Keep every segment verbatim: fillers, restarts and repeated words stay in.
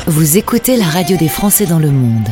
Vous écoutez la radio des Français dans le monde.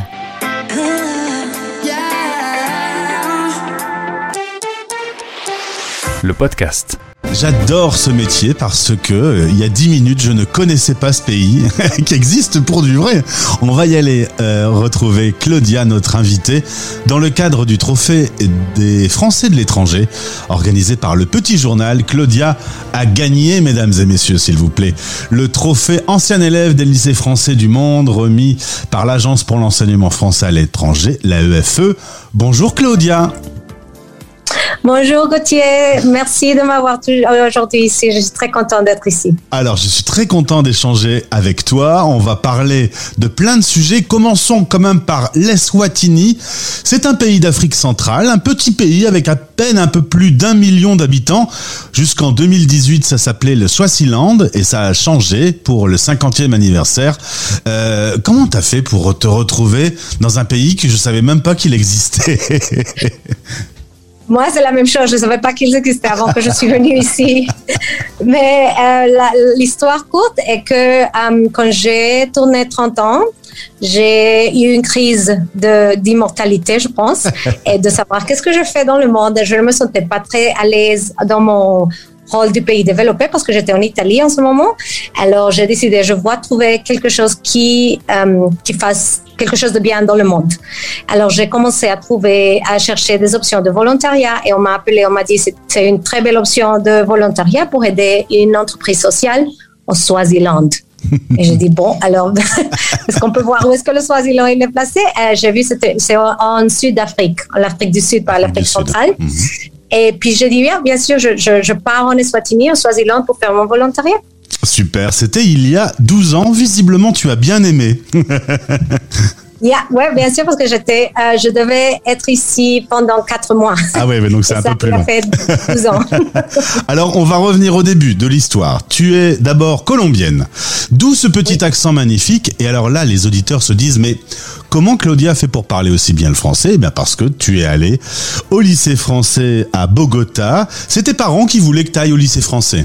Le podcast. J'adore ce métier parce que euh, il y a dix minutes, je ne connaissais pas ce pays qui existe pour du vrai. On va y aller euh, retrouver Claudia, notre invitée, dans le cadre du trophée des Français de l'étranger, organisé par le Petit Journal. Claudia a gagné, mesdames et messieurs, s'il vous plaît, le trophée ancien élève des lycées français du monde, remis par l'Agence pour l'enseignement français à l'étranger, l'A E F E. Bonjour Claudia. Bonjour Gauthier, merci de m'avoir aujourd'hui ici, je suis très content d'être ici. Alors je suis très content d'échanger avec toi, on va parler de plein de sujets. Commençons quand même par l'Eswatini. C'est un pays d'Afrique centrale, un petit pays avec à peine un peu plus d'un million d'habitants. Jusqu'en deux mille dix-huit, ça s'appelait le Swaziland et ça a changé pour le cinquantième anniversaire. Euh, comment t'as fait pour te retrouver dans un pays que je savais même pas qu'il existait? Moi, c'est la même chose. Je ne savais pas qu'ils existaient avant que je suis venue ici. Mais euh, la, l'histoire courte est que euh, quand j'ai tourné trente ans, j'ai eu une crise de, d'immortalité, je pense, et de savoir qu'est-ce que je fais dans le monde. Je ne me sentais pas très à l'aise dans mon rôle du pays développé parce que j'étais en Italie en ce moment. Alors, j'ai décidé, je dois trouver quelque chose qui, euh, qui fasse quelque chose de bien dans le monde. Alors, j'ai commencé à trouver, à chercher des options de volontariat et on m'a appelé, on m'a dit c'est, c'est une très belle option de volontariat pour aider une entreprise sociale au Swaziland. Et j'ai dit, bon, alors, est-ce qu'on peut voir où est-ce que le Swaziland il est placé? euh, J'ai vu, c'était, c'est en, en Sud-Afrique, en Afrique du Sud, pas l'Afrique centrale. Mm-hmm. Et puis j'ai dit, bien, bien sûr, je, je, je pars en Eswatini, en Swaziland, pour faire mon volontariat. Super, c'était il y a douze ans, visiblement tu as bien aimé. Yeah, ouais, bien sûr, parce que j'étais, euh, je devais être ici pendant quatre mois. Ah ouais, mais donc c'est un ça, peu plus long. Ça fait douze ans. Alors, on va revenir au début de l'histoire. Tu es d'abord colombienne. D'où ce petit oui. accent magnifique. Et alors là, les auditeurs se disent, mais comment Claudia fait pour parler aussi bien le français? Eh bien, parce que tu es allée au lycée français à Bogota. C'est tes parents qui voulaient que tu ailles au lycée français?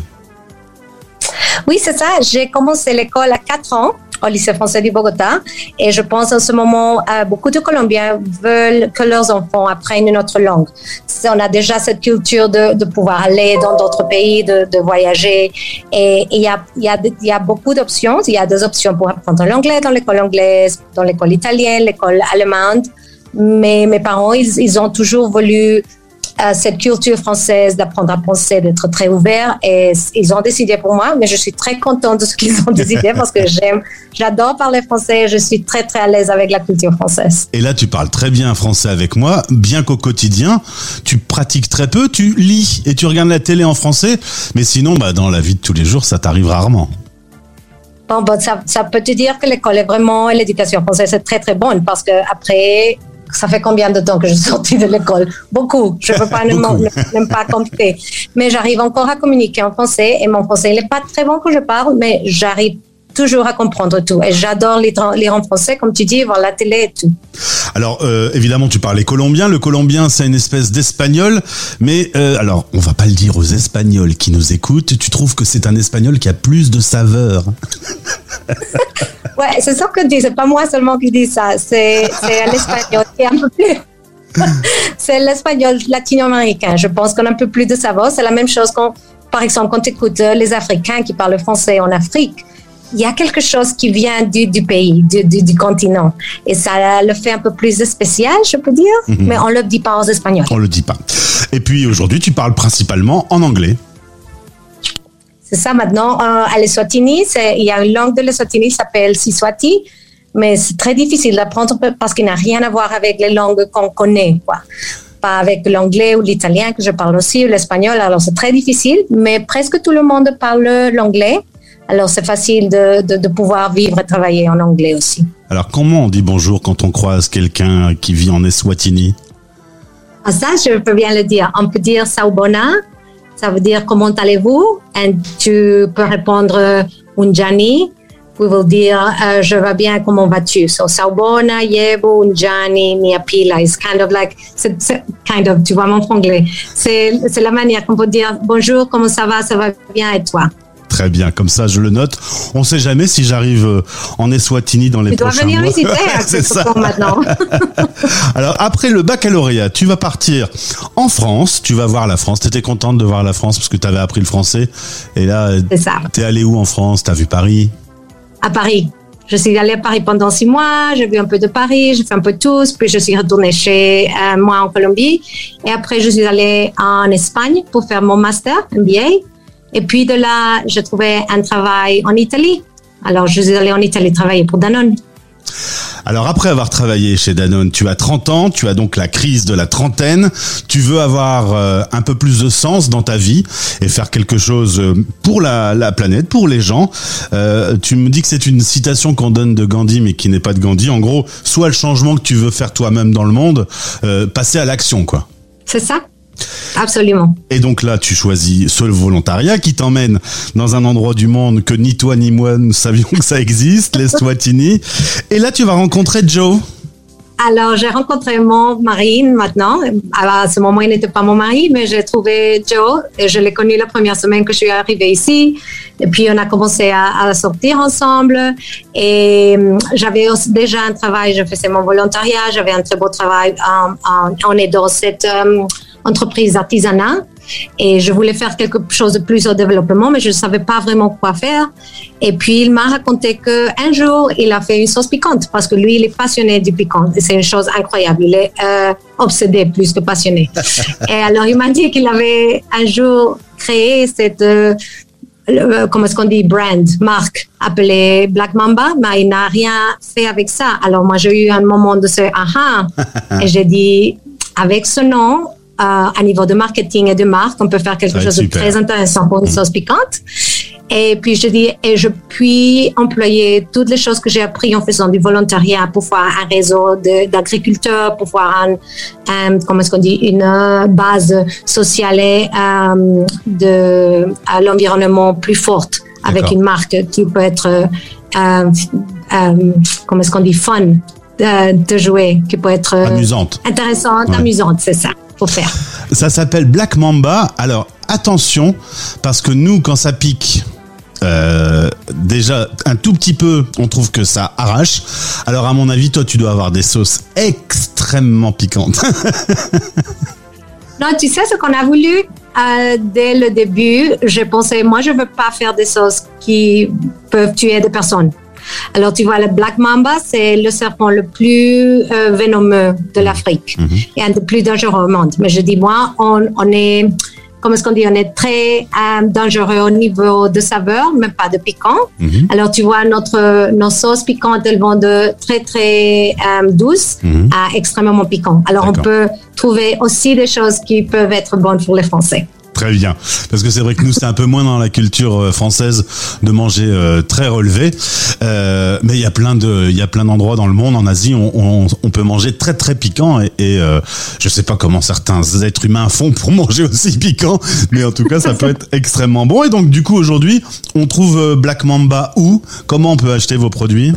Oui, c'est ça. J'ai commencé l'école à quatre ans au lycée français du Bogota et je pense en ce moment euh, beaucoup de Colombiens veulent que leurs enfants apprennent une autre langue. On a déjà cette culture de, de pouvoir aller dans d'autres pays, de, de voyager et il y a, y, a, y a beaucoup d'options. Il y a des options pour apprendre l'anglais dans l'école anglaise, dans l'école italienne, l'école allemande. Mais mes parents, ils, ils ont toujours voulu Euh, cette culture française d'apprendre à penser, d'être très ouvert et ils ont décidé pour moi, mais je suis très contente de ce qu'ils ont décidé parce que j'aime, j'adore parler français, je suis très très à l'aise avec la culture française. Et là tu parles très bien français avec moi, bien qu'au quotidien tu pratiques très peu, tu lis et tu regardes la télé en français, mais sinon bah, dans la vie de tous les jours ça t'arrive rarement. Bon, bon ça, ça peut te dire que l'école est vraiment, et l'éducation française est très très bonne parce que après ça fait combien de temps que je suis sortie de l'école? Beaucoup. Je ne peux pas même pas compter. Mais j'arrive encore à communiquer en français et mon français, il n'est pas très bon quand je parle, mais j'arrive toujours à comprendre tout. Et j'adore lire en français, comme tu dis, voir la télé et tout. Alors, euh, évidemment, tu parlais colombien. Le colombien, c'est une espèce d'espagnol. Mais, euh, alors, on va pas le dire aux Espagnols qui nous écoutent. Tu trouves que c'est un espagnol qui a plus de saveur? Ouais, c'est ça que je dis. C'est pas moi seulement qui dis ça. C'est, c'est l'espagnol qui est un peu plus... c'est l'espagnol latino-américain. Je pense qu'on a un peu plus de saveur. C'est la même chose quand, par exemple, quand tu écoutes les Africains qui parlent français en Afrique. Il y a quelque chose qui vient du, du pays, du, du, du continent. Et ça le fait un peu plus spécial, je peux dire. Mm-hmm. Mais on ne le dit pas aux Espagnols. On ne le dit pas. Et puis aujourd'hui, tu parles principalement en anglais. C'est ça maintenant. Euh, à l'Eswatini, c'est, il y a une langue de l'Eswatini qui s'appelle Siswati. Mais c'est très difficile d'apprendre parce qu'il n'a rien à voir avec les langues qu'on connaît, quoi. Pas avec l'anglais ou l'italien que je parle aussi, ou l'espagnol. Alors c'est très difficile. Mais presque tout le monde parle l'anglais. Alors, c'est facile de, de, de pouvoir vivre et travailler en anglais aussi. Alors, comment on dit bonjour quand on croise quelqu'un qui vit en Eswatini? Ah, ça, je peux bien le dire. On peut dire Saubona, ça veut dire comment allez-vous? Et tu peux répondre Unjani, qui veut dire uh, je vais bien, comment vas-tu? So, Saubona, Yebo, Unjani, Niapila. It's kind of like, c'est, c'est kind of, tu vois mon franglais. C'est, c'est la manière qu'on peut dire bonjour, comment ça va? Ça va bien et toi? Très bien, comme ça je le note. On ne sait jamais si j'arrive en Eswatini dans les tu prochains mois. Tu dois venir visiter à c'est ça maintenant. Alors après le baccalauréat, tu vas partir en France, tu vas voir la France. Tu étais contente de voir la France parce que tu avais appris le français. Et là, tu es allée où en France? Tu as vu Paris? À Paris. Je suis allée à Paris pendant six mois, j'ai vu un peu de Paris, j'ai fait un peu de tous, puis je suis retournée chez euh, moi en Colombie. Et après, je suis allée en Espagne pour faire mon master, M B A. Et puis de là, j'ai trouvé un travail en Italie. Alors, je suis allée en Italie travailler pour Danone. Alors après avoir travaillé chez Danone, tu as trente ans, tu as donc la crise de la trentaine, tu veux avoir euh, un peu plus de sens dans ta vie et faire quelque chose pour la, la planète, pour les gens. Euh, tu me dis que c'est une citation qu'on donne de Gandhi mais qui n'est pas de Gandhi. En gros, soit le changement que tu veux faire toi-même dans le monde, euh, passer à l'action, quoi. C'est ça. Absolument. Et donc là, tu choisis ce volontariat qui t'emmène dans un endroit du monde que ni toi ni moi nous savions que ça existe, l'Eswatini. Et là, tu vas rencontrer Joe. Alors, j'ai rencontré mon mari maintenant. Alors, à ce moment, il n'était pas mon mari, mais j'ai trouvé Joe et je l'ai connu la première semaine que je suis arrivée ici. Et puis, on a commencé à, à sortir ensemble. Et j'avais aussi déjà un travail, je faisais mon volontariat, j'avais un très beau travail en, en, on est dans cette euh, entreprise artisanat. Et je voulais faire quelque chose de plus au développement, mais je ne savais pas vraiment quoi faire. Et puis, il m'a raconté qu'un jour, il a fait une sauce piquante parce que lui, il est passionné du piquant. Et c'est une chose incroyable. Il est euh, obsédé plus que passionné. Et alors, il m'a dit qu'il avait un jour créé cette, euh, comment est-ce qu'on dit, brand, marque appelée Black Mamba, mais il n'a rien fait avec ça. Alors, moi, j'ai eu un moment de ce aha. Et j'ai dit, avec ce nom, Euh, à niveau de marketing et de marque, on peut faire quelque chose super. de très intéressant pour une sauce piquante. Et puis, je dis, et je puis employer toutes les choses que j'ai apprises en faisant du volontariat pour voir un réseau de, d'agriculteurs, pour voir un, un, comment est-ce qu'on dit, une base sociale et euh, de à l'environnement plus forte avec D'accord. une marque qui peut être, euh, euh, comment est-ce qu'on dit, fun de, de jouer, qui peut être amusante, intéressante, ouais. amusante, c'est ça. Faut faire. Ça s'appelle Black Mamba. Alors attention, parce que nous, quand ça pique, euh, déjà un tout petit peu, on trouve que ça arrache. Alors à mon avis, toi, tu dois avoir des sauces extrêmement piquantes. Non, tu sais ce qu'on a voulu euh, dès le début. Je pensais, moi, je veux pas faire des sauces qui peuvent tuer des personnes. Alors, tu vois, le Black Mamba, c'est le serpent le plus euh, vénomeux de l'Afrique mm-hmm. et un des plus dangereux au monde. Mais je dis, moi, on, on est, comment est-ce qu'on dit, on est très euh, dangereux au niveau de saveur, mais pas de piquant. Mm-hmm. Alors, tu vois, notre, nos sauces piquantes, elles vont de très, très euh, douces mm-hmm. à extrêmement piquant. Alors, D'accord. on peut trouver aussi des choses qui peuvent être bonnes pour les Français. Très bien, parce que c'est vrai que nous c'est un peu moins dans la culture française de manger euh, très relevé, euh, mais il y a plein de, il y a plein d'endroits dans le monde, en Asie, on, on, on peut manger très très piquant et, et euh, je sais pas comment certains êtres humains font pour manger aussi piquant, mais en tout cas ça peut être extrêmement bon. Et donc du coup aujourd'hui, on trouve Black Mamba où? Comment on peut acheter vos produits?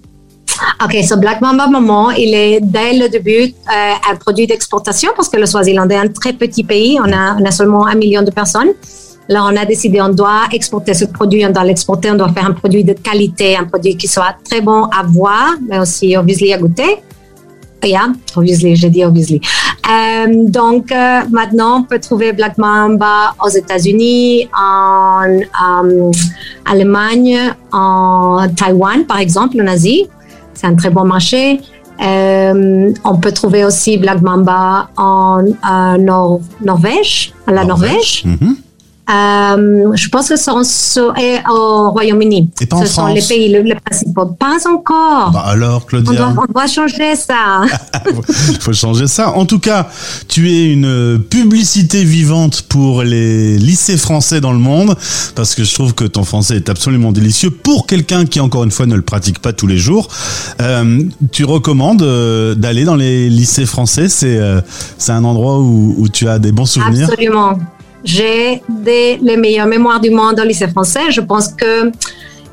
Ok, so Black Mamba Maman, il est dès le début euh, un produit d'exportation parce que le Swaziland est un très petit pays, on a, on a seulement un million de personnes. Là, on a décidé, on doit exporter ce produit, on doit l'exporter, on doit faire un produit de qualité, un produit qui soit très bon à voir, mais aussi obviously à goûter. Yeah, obviously, j'ai dit obviously. Euh, donc, euh, maintenant, on peut trouver Black Mamba aux États-Unis, en euh, Allemagne, en Taïwan, par exemple, en Asie. C'est un très bon marché. Euh, on peut trouver aussi Black Mamba en euh, Nor- Norvège, à la Norvège. Norvège. Mm-hmm. Euh, je pense que ce sont et au Royaume-Uni. Et pas en Ce France. sont les pays les, les principaux. Pas encore. Bah alors, Claudia. On doit, on doit changer ça. Il faut changer ça. En tout cas, tu es une publicité vivante pour les lycées français dans le monde, parce que je trouve que ton français est absolument délicieux pour quelqu'un qui, encore une fois, ne le pratique pas tous les jours. Euh, tu recommandes euh, d'aller dans les lycées français? C'est, euh, c'est un endroit où, où tu as des bons souvenirs? Absolument. J'ai des, les meilleures mémoires du monde au lycée français. Je pense que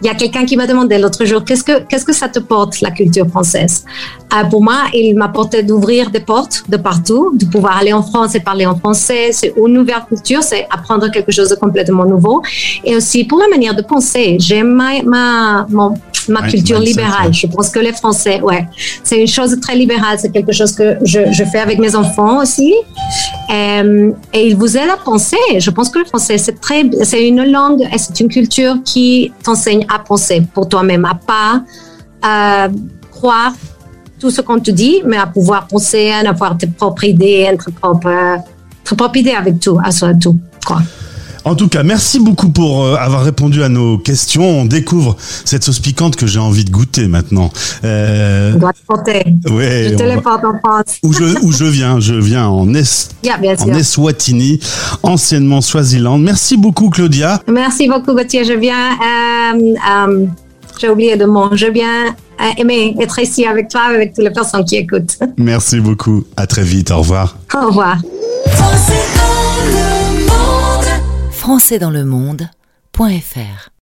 il y a quelqu'un qui m'a demandé l'autre jour, qu'est-ce que, qu'est-ce que ça te porte, la culture française? Euh, pour moi, il m'apportait d'ouvrir des portes de partout, de pouvoir aller en France et parler en français. C'est une nouvelle culture, c'est apprendre quelque chose de complètement nouveau. Et aussi pour la manière de penser, j'aime ma, ma, mon, ma ouais, culture libérale. Ouais. Je pense que les Français, ouais, c'est une chose très libérale. C'est quelque chose que je, je fais avec mes enfants aussi. Et, et il vous aide à penser. Je pense que le français, c'est très, c'est une langue et c'est une culture qui t'enseigne à penser pour toi-même, à pas euh, croire tout ce qu'on te dit, mais à pouvoir penser, à avoir tes propres idées, tes propres, tes propres idées avec tout, à soi, tout, quoi. En tout cas, merci beaucoup pour euh, avoir répondu à nos questions. On découvre cette sauce piquante que j'ai envie de goûter maintenant. Euh... On doit te porter. Ouais, je te les porte en France. Où je, où je viens, je viens en, es... yeah, en Eswatini, anciennement Swaziland. Merci beaucoup, Claudia. Merci beaucoup, Gauthier. Je viens, euh, euh, j'ai oublié de mot, je viens euh, aimer être ici avec toi, avec toutes les personnes qui écoutent. Merci beaucoup. À très vite. Au revoir. Au revoir. français dans le monde point f r